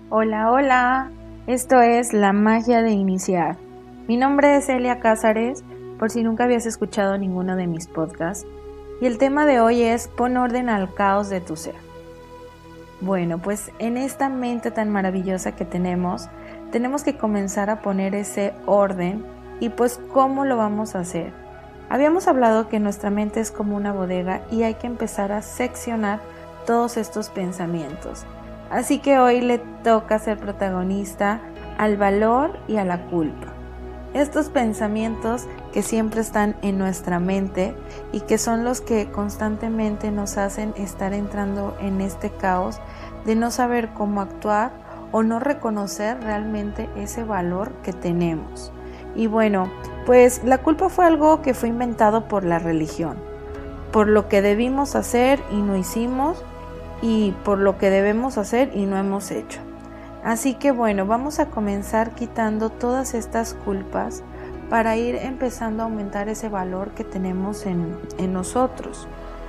Hola, hola, esto es La Magia de Iniciar. Mi nombre es Elia Cázares, por si nunca habías escuchado ninguno de mis podcasts, y el tema de hoy es Pon orden al caos de tu ser. Bueno, pues en esta mente tan maravillosa que tenemos que comenzar a poner ese orden y pues ¿cómo lo vamos a hacer? Habíamos hablado que nuestra mente es como una bodega y hay que empezar a seccionar todos estos pensamientos. Así que hoy le toca ser protagonista al valor y a la culpa. Estos pensamientos que siempre están en nuestra mente y que son los que constantemente nos hacen estar entrando en este caos de no saber cómo actuar o no reconocer realmente ese valor que tenemos. Y bueno, pues la culpa fue algo que fue inventado por la religión, por lo que debimos hacer y no hicimos, y por lo que debemos hacer y no hemos hecho. Así que bueno, vamos a comenzar quitando todas estas culpas para ir empezando a aumentar ese valor que tenemos en nosotros.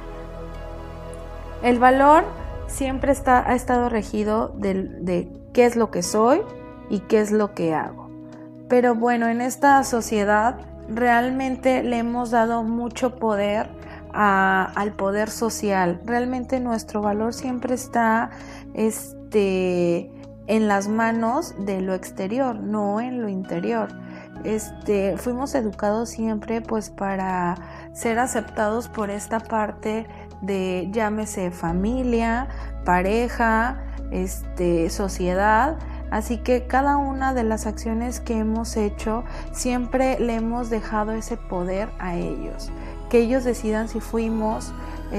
El valor siempre ha estado regido de qué es lo que soy y qué es lo que hago. Pero bueno, en esta sociedad realmente le hemos dado mucho poder al poder social. Realmente nuestro valor siempre está en las manos de lo exterior, no en lo interior. Fuimos educados siempre pues para ser aceptados por esta parte de llámese familia, pareja, sociedad. Así que cada una de las acciones que hemos hecho siempre le hemos dejado ese poder a ellos, que ellos decidan si fuimos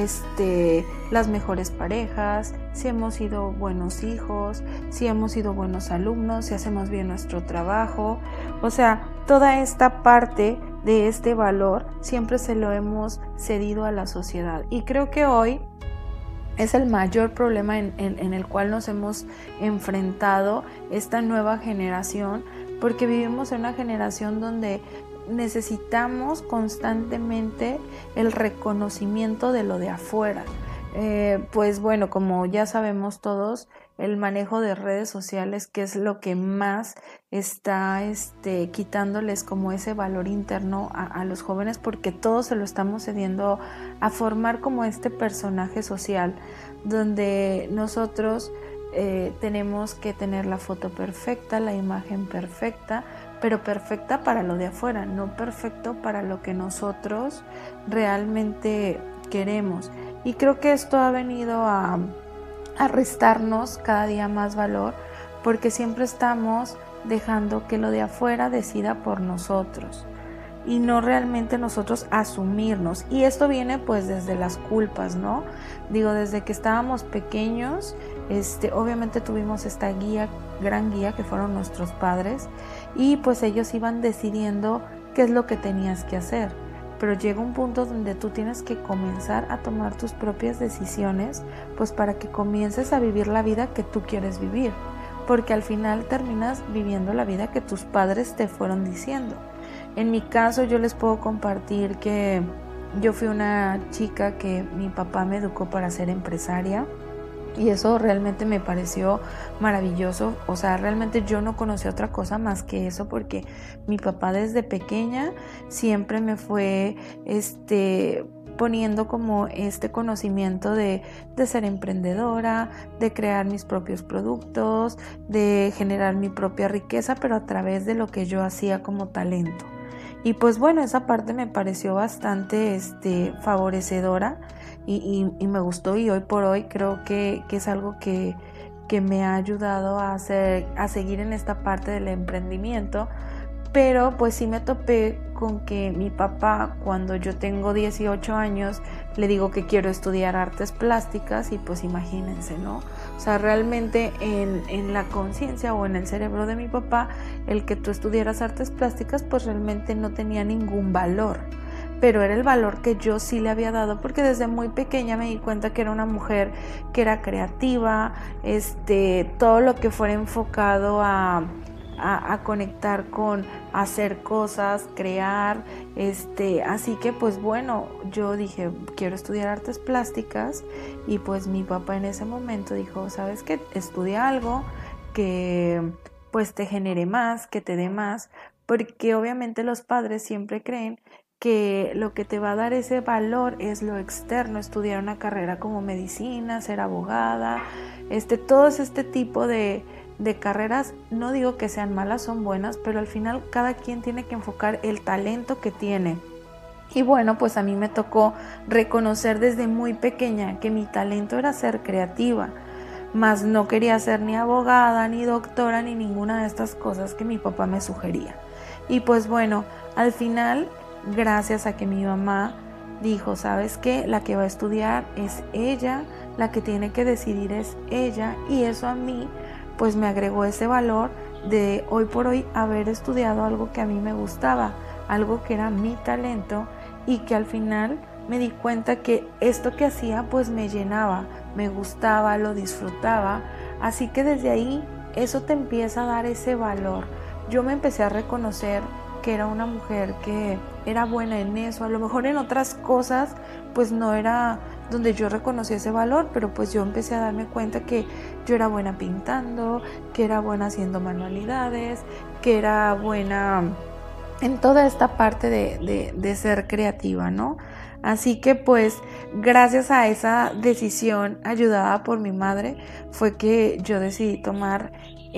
las mejores parejas, si hemos sido buenos hijos, si hemos sido buenos alumnos, si hacemos bien nuestro trabajo. O sea, toda esta parte de este valor siempre se lo hemos cedido a la sociedad. Y creo que hoy es el mayor problema en el cual nos hemos enfrentado esta nueva generación, porque vivimos en una generación donde necesitamos constantemente el reconocimiento de lo de afuera. Pues bueno, como ya sabemos todos, el manejo de redes sociales, que es lo que más está quitándoles como ese valor interno a los jóvenes, porque todos se lo estamos cediendo a formar como este personaje social, donde nosotros tenemos que tener la foto perfecta, la imagen perfecta, pero perfecta para lo de afuera, no perfecto para lo que nosotros realmente queremos. Y creo que esto ha venido a restarnos cada día más valor, porque siempre estamos dejando que lo de afuera decida por nosotros y no realmente nosotros asumirnos. Y esto viene pues desde las culpas, ¿no? Digo, desde que estábamos pequeños, obviamente tuvimos esta gran guía que fueron nuestros padres, y pues ellos iban decidiendo qué es lo que tenías que hacer. Pero llega un punto donde tú tienes que comenzar a tomar tus propias decisiones, pues para que comiences a vivir la vida que tú quieres vivir, porque al final terminas viviendo la vida que tus padres te fueron diciendo. En mi caso, yo les puedo compartir que yo fui una chica que mi papá me educó para ser empresaria, y eso realmente me pareció maravilloso. O sea, realmente yo no conocí otra cosa más que eso, porque mi papá desde pequeña siempre me fue poniendo como este conocimiento de ser emprendedora, de crear mis propios productos, de generar mi propia riqueza, pero a través de lo que yo hacía como talento. Y pues bueno, esa parte me pareció bastante favorecedora y me gustó, y hoy por hoy creo que es algo que me ha ayudado a seguir en esta parte del emprendimiento. Pero pues sí me topé con que mi papá, cuando yo tengo 18 años, le digo que quiero estudiar artes plásticas, y pues imagínense, ¿no? O sea, realmente en la conciencia o en el cerebro de mi papá, el que tú estudiaras artes plásticas pues realmente no tenía ningún valor, pero era el valor que yo sí le había dado, porque desde muy pequeña me di cuenta que era una mujer que era creativa, todo lo que fuera enfocado a conectar con hacer cosas, crear, así que pues bueno, yo dije, quiero estudiar artes plásticas, y pues mi papá en ese momento dijo, ¿sabes qué? Estudia algo que pues te genere más, que te dé más, porque obviamente los padres siempre creen que lo que te va a dar ese valor es lo externo, estudiar una carrera como medicina, ser abogada, todo este tipo de carreras. No digo que sean malas, son buenas, pero al final cada quien tiene que enfocar el talento que tiene. Y bueno, pues a mí me tocó reconocer desde muy pequeña que mi talento era ser creativa, mas no quería ser ni abogada, ni doctora, ni ninguna de estas cosas que mi papá me sugería. Y pues bueno, al final, gracias a que mi mamá dijo, ¿sabes qué? La que va a estudiar es ella, la que tiene que decidir es ella, y eso a mí pues me agregó ese valor de hoy por hoy haber estudiado algo que a mí me gustaba, algo que era mi talento, y que al final me di cuenta que esto que hacía pues me llenaba, me gustaba, lo disfrutaba. Así que desde ahí eso te empieza a dar ese valor. Yo me empecé a reconocer que era una mujer que era buena en eso, a lo mejor en otras cosas pues no era donde yo reconocí ese valor, pero pues yo empecé a darme cuenta que yo era buena pintando, que era buena haciendo manualidades, que era buena en toda esta parte de ser creativa, ¿no? Así que pues gracias a esa decisión ayudada por mi madre fue que yo decidí tomar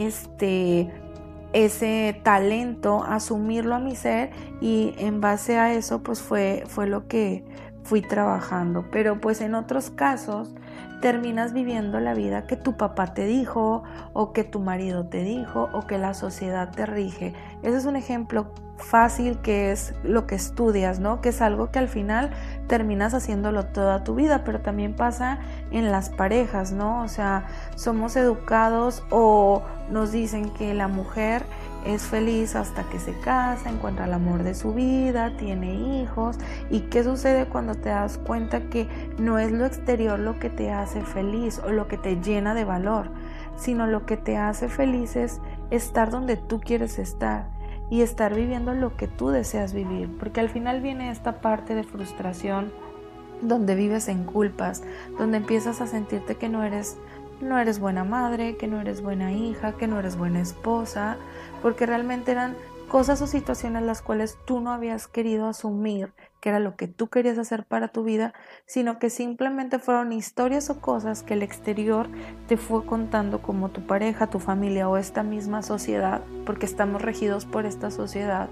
ese talento, asumirlo a mi ser, y en base a eso pues fue lo que fui trabajando. Pero pues en otros casos terminas viviendo la vida que tu papá te dijo, o que tu marido te dijo, o que la sociedad te rige. Ese es un ejemplo fácil, que es lo que estudias, ¿no? Que es algo que al final terminas haciéndolo toda tu vida, pero también pasa en las parejas, ¿no? O sea, somos educados o nos dicen que la mujer es feliz hasta que se casa, encuentra el amor de su vida, tiene hijos. ¿Y qué sucede cuando te das cuenta que no es lo exterior lo que te hace feliz o lo que te llena de valor, sino lo que te hace feliz es estar donde tú quieres estar y estar viviendo lo que tú deseas vivir? Porque al final viene esta parte de frustración donde vives en culpas, donde empiezas a sentirte que no eres buena madre, que no eres buena hija, que no eres buena esposa, porque realmente eran cosas o situaciones las cuales tú no habías querido asumir que era lo que tú querías hacer para tu vida, sino que simplemente fueron historias o cosas que el exterior te fue contando, como tu pareja, tu familia o esta misma sociedad, porque estamos regidos por esta sociedad.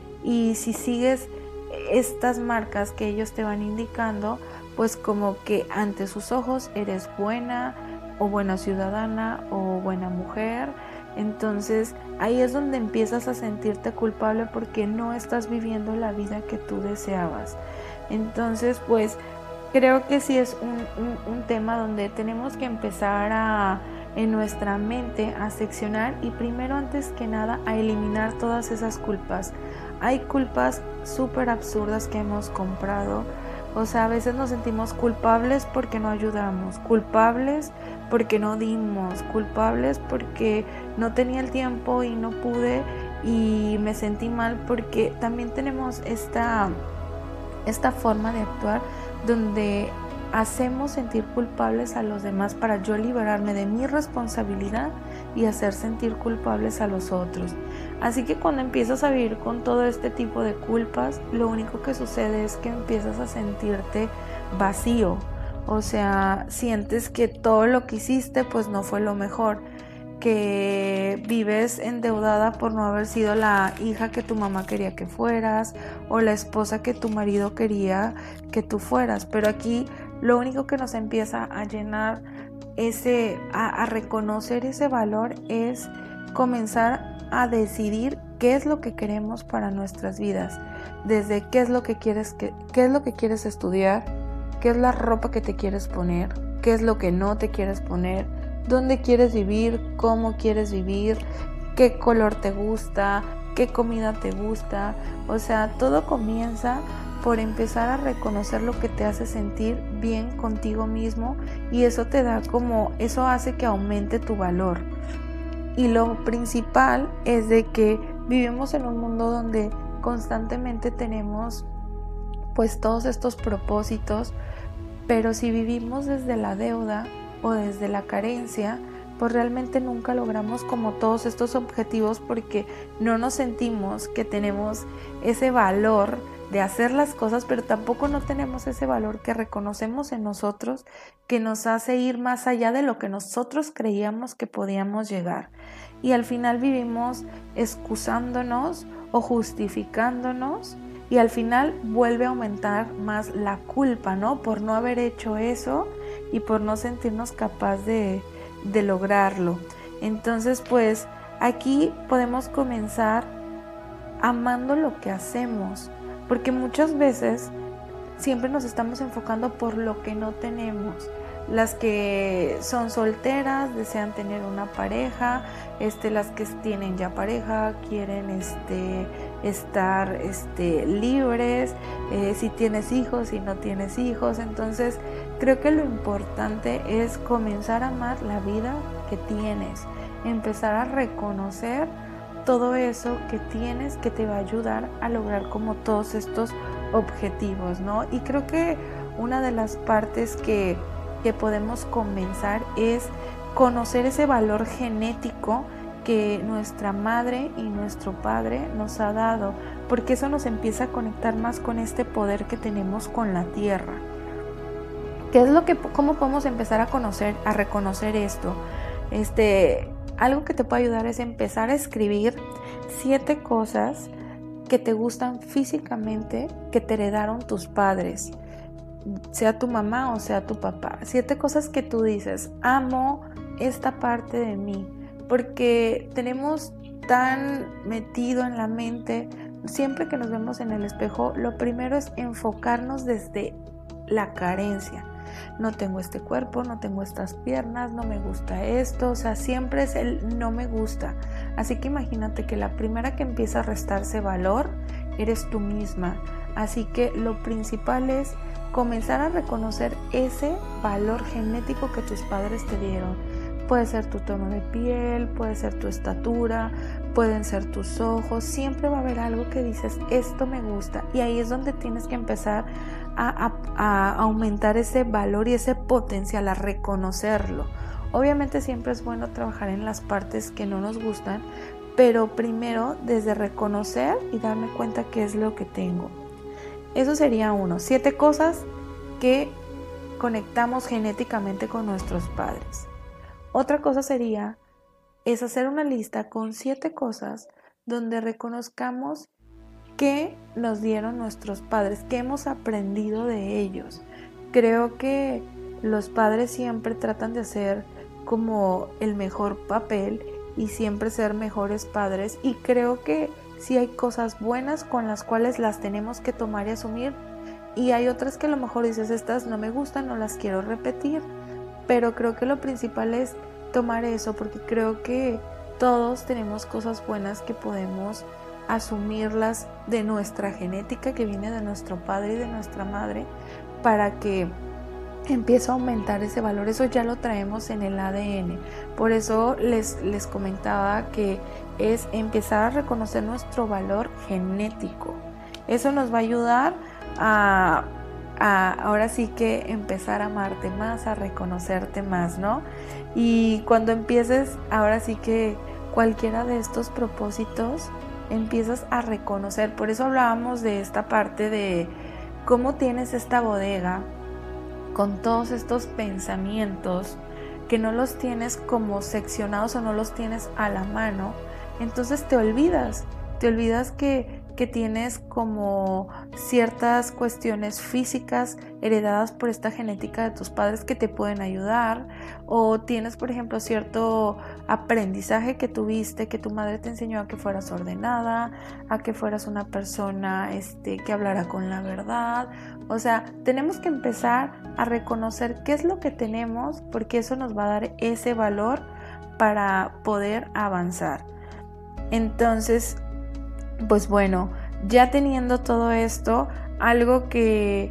Y si sigues estas marcas que ellos te van indicando, pues como que ante sus ojos eres buena o buena ciudadana o buena mujer. Entonces ahí es donde empiezas a sentirte culpable porque no estás viviendo la vida que tú deseabas. Entonces pues creo que sí es un tema donde tenemos que empezar en nuestra mente a seccionar, y primero, antes que nada, a eliminar todas esas culpas. Hay culpas súper absurdas que hemos comprado. O sea, a veces nos sentimos culpables porque no ayudamos, culpables porque no dimos, culpables porque no tenía el tiempo y no pude y me sentí mal, porque también tenemos esta forma de actuar donde hacemos sentir culpables a los demás para yo liberarme de mi responsabilidad y hacer sentir culpables a los otros. Así que cuando empiezas a vivir con todo este tipo de culpas, lo único que sucede es que empiezas a sentirte vacío. O sea, sientes que todo lo que hiciste pues no fue lo mejor, que vives endeudada por no haber sido la hija que tu mamá quería que fueras, o la esposa que tu marido quería que tú fueras. Pero aquí lo único que nos empieza a llenar a reconocer ese valor es comenzar a decidir qué es lo que queremos para nuestras vidas, desde qué es lo que quieres estudiar, qué es la ropa que te quieres poner, qué es lo que no te quieres poner, dónde quieres vivir, cómo quieres vivir, qué color te gusta, qué comida te gusta. O sea, todo comienza por empezar a reconocer lo que te hace sentir bien contigo mismo, y eso eso hace que aumente tu valor. Y lo principal es de que vivimos en un mundo donde constantemente tenemos pues todos estos propósitos, pero si vivimos desde la deuda o desde la carencia, pues realmente nunca logramos como todos estos objetivos porque no nos sentimos que tenemos ese valor de hacer las cosas, pero tampoco no tenemos ese valor que reconocemos en nosotros, que nos hace ir más allá de lo que nosotros creíamos que podíamos llegar. Y al final vivimos excusándonos o justificándonos, y al final vuelve a aumentar más la culpa, ¿no? Por no haber hecho eso y por no sentirnos capaz de lograrlo. Entonces, pues aquí podemos comenzar amando lo que hacemos, porque muchas veces siempre nos estamos enfocando por lo que no tenemos. Las que son solteras desean tener una pareja, las que tienen ya pareja quieren estar libres, si tienes hijos, si no tienes hijos. Entonces creo que lo importante es comenzar a amar la vida que tienes, empezar a reconocer todo eso que tienes que te va a ayudar a lograr como todos estos objetivos, ¿no? Y creo que una de las partes que podemos comenzar es conocer ese valor genético que nuestra madre y nuestro padre nos ha dado, porque eso nos empieza a conectar más con este poder que tenemos con la tierra. ¿Cómo podemos empezar a reconocer esto? Algo que te puede ayudar es empezar a escribir 7 cosas que te gustan físicamente que te heredaron tus padres, sea tu mamá o sea tu papá. 7 cosas que tú dices, amo esta parte de mí, porque tenemos tan metido en la mente, siempre que nos vemos en el espejo, lo primero es enfocarnos desde la carencia. No tengo este cuerpo, no tengo estas piernas, no me gusta esto, o sea, siempre es el no me gusta. Así que imagínate que la primera que empieza a restarse valor eres tú misma. Así que lo principal es comenzar a reconocer ese valor genético que tus padres te dieron. Puede ser tu tono de piel, puede ser tu estatura, pueden ser tus ojos. Siempre va a haber algo que dices, esto me gusta. Y ahí es donde tienes que empezar a aumentar ese valor y ese potencial, a reconocerlo. Obviamente siempre es bueno trabajar en las partes que no nos gustan, pero primero desde reconocer y darme cuenta qué es lo que tengo. Eso sería 1. 7 cosas que conectamos genéticamente con nuestros padres. Otra cosa es hacer una lista con 7 cosas donde reconozcamos qué nos dieron nuestros padres, qué hemos aprendido de ellos. Creo que los padres siempre tratan de hacer como el mejor papel y siempre ser mejores padres, y creo que sí hay cosas buenas con las cuales las tenemos que tomar y asumir, y hay otras que a lo mejor dices, estas no me gustan, no las quiero repetir, pero creo que lo principal es tomar eso, porque creo que todos tenemos cosas buenas que podemos asumirlas de nuestra genética que viene de nuestro padre y de nuestra madre, para que empiece a aumentar ese valor. Eso ya lo traemos en el ADN. Por eso les comentaba que es empezar a reconocer nuestro valor genético. Eso nos va a ayudar a ahora sí que empezar a amarte más, a reconocerte más, ¿no? Y cuando empieces, ahora sí que cualquiera de estos propósitos, empiezas a reconocer. Por eso hablábamos de esta parte de cómo tienes esta bodega con todos estos pensamientos que no los tienes como seccionados o no los tienes a la mano. Entonces te olvidas que tienes como ciertas cuestiones físicas heredadas por esta genética de tus padres que te pueden ayudar, o tienes, por ejemplo, cierto aprendizaje que tuviste, que tu madre te enseñó a que fueras ordenada, a que fueras una persona que hablara con la verdad. O sea, tenemos que empezar a reconocer qué es lo que tenemos, porque eso nos va a dar ese valor para poder avanzar. Entonces, pues bueno, ya teniendo todo esto, algo que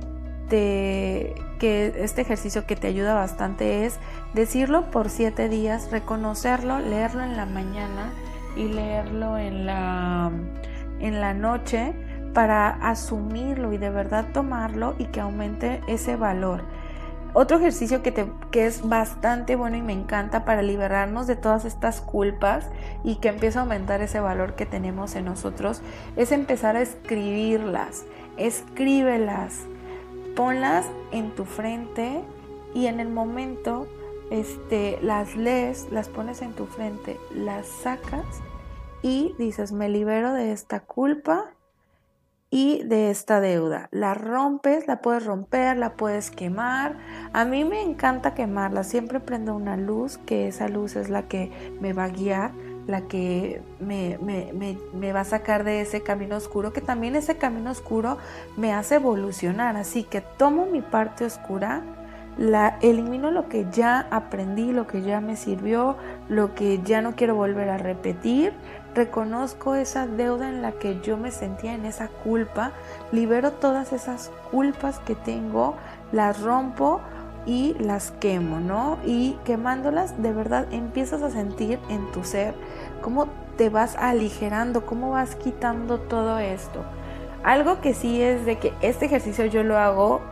este ejercicio que te ayuda bastante es decirlo por 7 días, reconocerlo, leerlo en la mañana y leerlo en la noche, para asumirlo y de verdad tomarlo y que aumente ese valor. Otro ejercicio que es bastante bueno y me encanta para liberarnos de todas estas culpas y que empieza a aumentar ese valor que tenemos en nosotros es empezar a escribirlas. Escríbelas, ponlas en tu frente y en el momento las lees, las pones en tu frente, las sacas y dices, me libero de esta culpa y de esta deuda. La rompes, la puedes romper, la puedes quemar. A mí me encanta quemarla, siempre prendo una luz, que esa luz es la que me va a guiar, la que me va a sacar de ese camino oscuro, que también ese camino oscuro me hace evolucionar. Así que tomo mi parte oscura, elimino lo que ya aprendí, lo que ya me sirvió, lo que ya no quiero volver a repetir, reconozco esa deuda en la que yo me sentía, en esa culpa, libero todas esas culpas que tengo, las rompo y las quemo, ¿no? Y quemándolas, de verdad empiezas a sentir en tu ser cómo te vas aligerando, cómo vas quitando todo esto. Algo que sí es de que este ejercicio yo lo hago,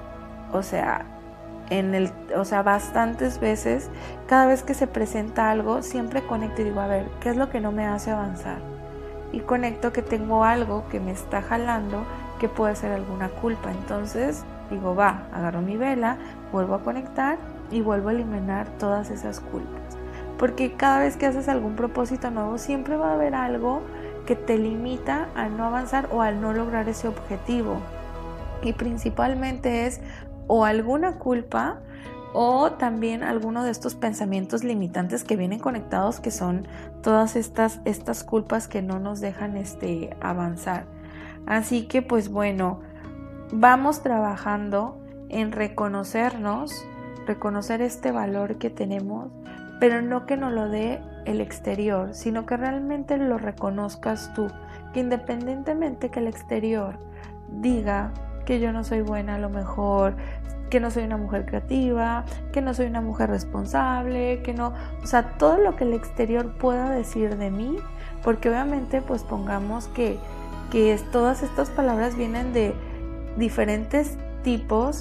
bastantes veces. Cada vez que se presenta algo, siempre conecto y digo, a ver, ¿qué es lo que no me hace avanzar? Y conecto que tengo algo que me está jalando, que puede ser alguna culpa. Entonces digo, agarro mi vela, vuelvo a conectar y vuelvo a eliminar todas esas culpas. Porque cada vez que haces algún propósito nuevo, siempre va a haber algo que te limita a no avanzar o al no lograr ese objetivo. Y principalmente es o alguna culpa o también alguno de estos pensamientos limitantes que vienen conectados, que son todas estas culpas que no nos dejan avanzar. Así que pues bueno, vamos trabajando en reconocernos, reconocer este valor que tenemos, pero no que nos lo dé el exterior, sino que realmente lo reconozcas tú, que independientemente que el exterior diga que yo no soy buena, a lo mejor que no soy una mujer creativa, que no soy una mujer responsable, que no, todo lo que el exterior pueda decir de mí, porque obviamente pues pongamos que todas estas palabras vienen de diferentes tipos,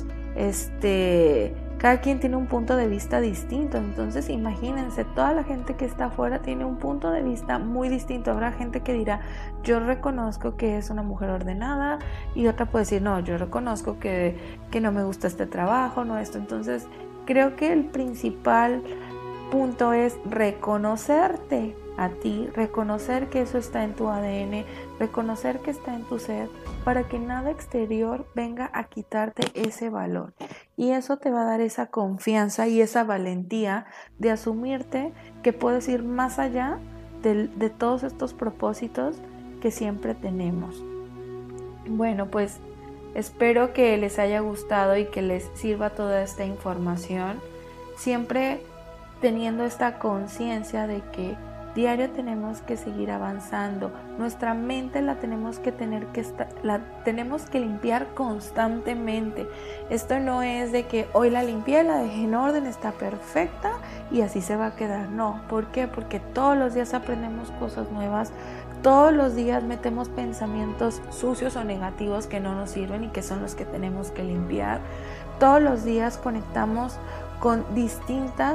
cada quien tiene un punto de vista distinto. Entonces imagínense, toda la gente que está afuera tiene un punto de vista muy distinto. Habrá gente que dirá, yo reconozco que es una mujer ordenada, y otra puede decir, no, yo reconozco que no me gusta este trabajo, no esto. Entonces creo que el principal punto es reconocerte a ti, reconocer que eso está en tu ADN, reconocer que está en tu ser, para que nada exterior venga a quitarte ese valor. Y eso te va a dar esa confianza y esa valentía de asumirte que puedes ir más allá de todos estos propósitos que siempre tenemos. Bueno, pues espero que les haya gustado y que les sirva toda esta información, siempre teniendo esta conciencia de que diario tenemos que seguir avanzando. Nuestra mente la tenemos que limpiar constantemente. Esto no es de que hoy la limpié, la dejé en orden, está perfecta y así se va a quedar. No, ¿por qué? Porque todos los días aprendemos cosas nuevas, todos los días metemos pensamientos sucios o negativos que no nos sirven y que son los que tenemos que limpiar. Todos los días conectamos con distinta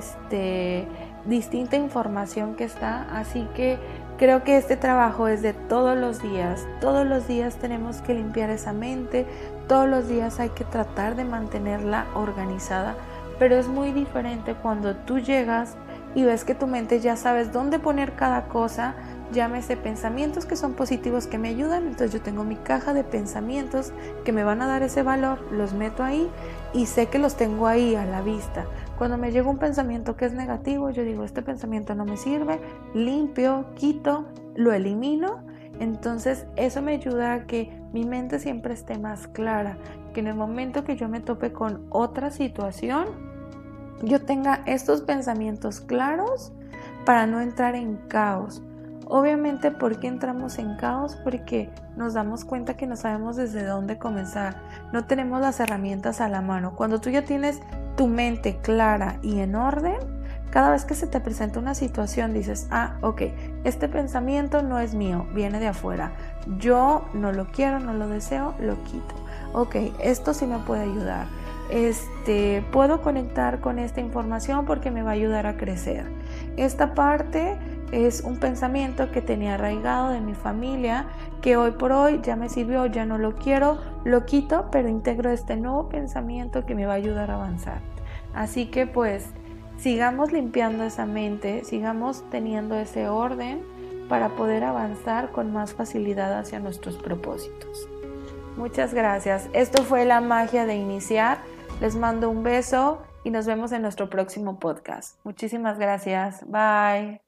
información que está, así que creo que este trabajo es de todos los días tenemos que limpiar esa mente, todos los días hay que tratar de mantenerla organizada, pero es muy diferente cuando tú llegas y ves que tu mente ya sabes dónde poner cada cosa. Llámese pensamientos que son positivos que me ayudan, entonces yo tengo mi caja de pensamientos que me van a dar ese valor, los meto ahí y sé que los tengo ahí a la vista. Cuando me llega un pensamiento que es negativo, yo digo, este pensamiento no me sirve, limpio, quito, lo elimino. Entonces eso me ayuda a que mi mente siempre esté más clara, que en el momento que yo me tope con otra situación, yo tenga estos pensamientos claros para no entrar en caos. Obviamente, ¿por qué entramos en caos? Porque nos damos cuenta que no sabemos desde dónde comenzar, no tenemos las herramientas a la mano. Cuando tú ya tienes tu mente clara y en orden, cada vez que se te presenta una situación dices, ok, este pensamiento no es mío, viene de afuera, yo no lo quiero, no lo deseo, lo quito. Ok, esto sí me puede ayudar. puedo conectar con esta información porque me va a ayudar a crecer. Esta parte es un pensamiento que tenía arraigado de mi familia, que hoy por hoy ya me sirvió, ya no lo quiero, lo quito, pero integro este nuevo pensamiento que me va a ayudar a avanzar. Así que pues sigamos limpiando esa mente, sigamos teniendo ese orden para poder avanzar con más facilidad hacia nuestros propósitos. Muchas gracias. Esto fue la magia de iniciar. Les mando un beso y nos vemos en nuestro próximo podcast. Muchísimas gracias. Bye.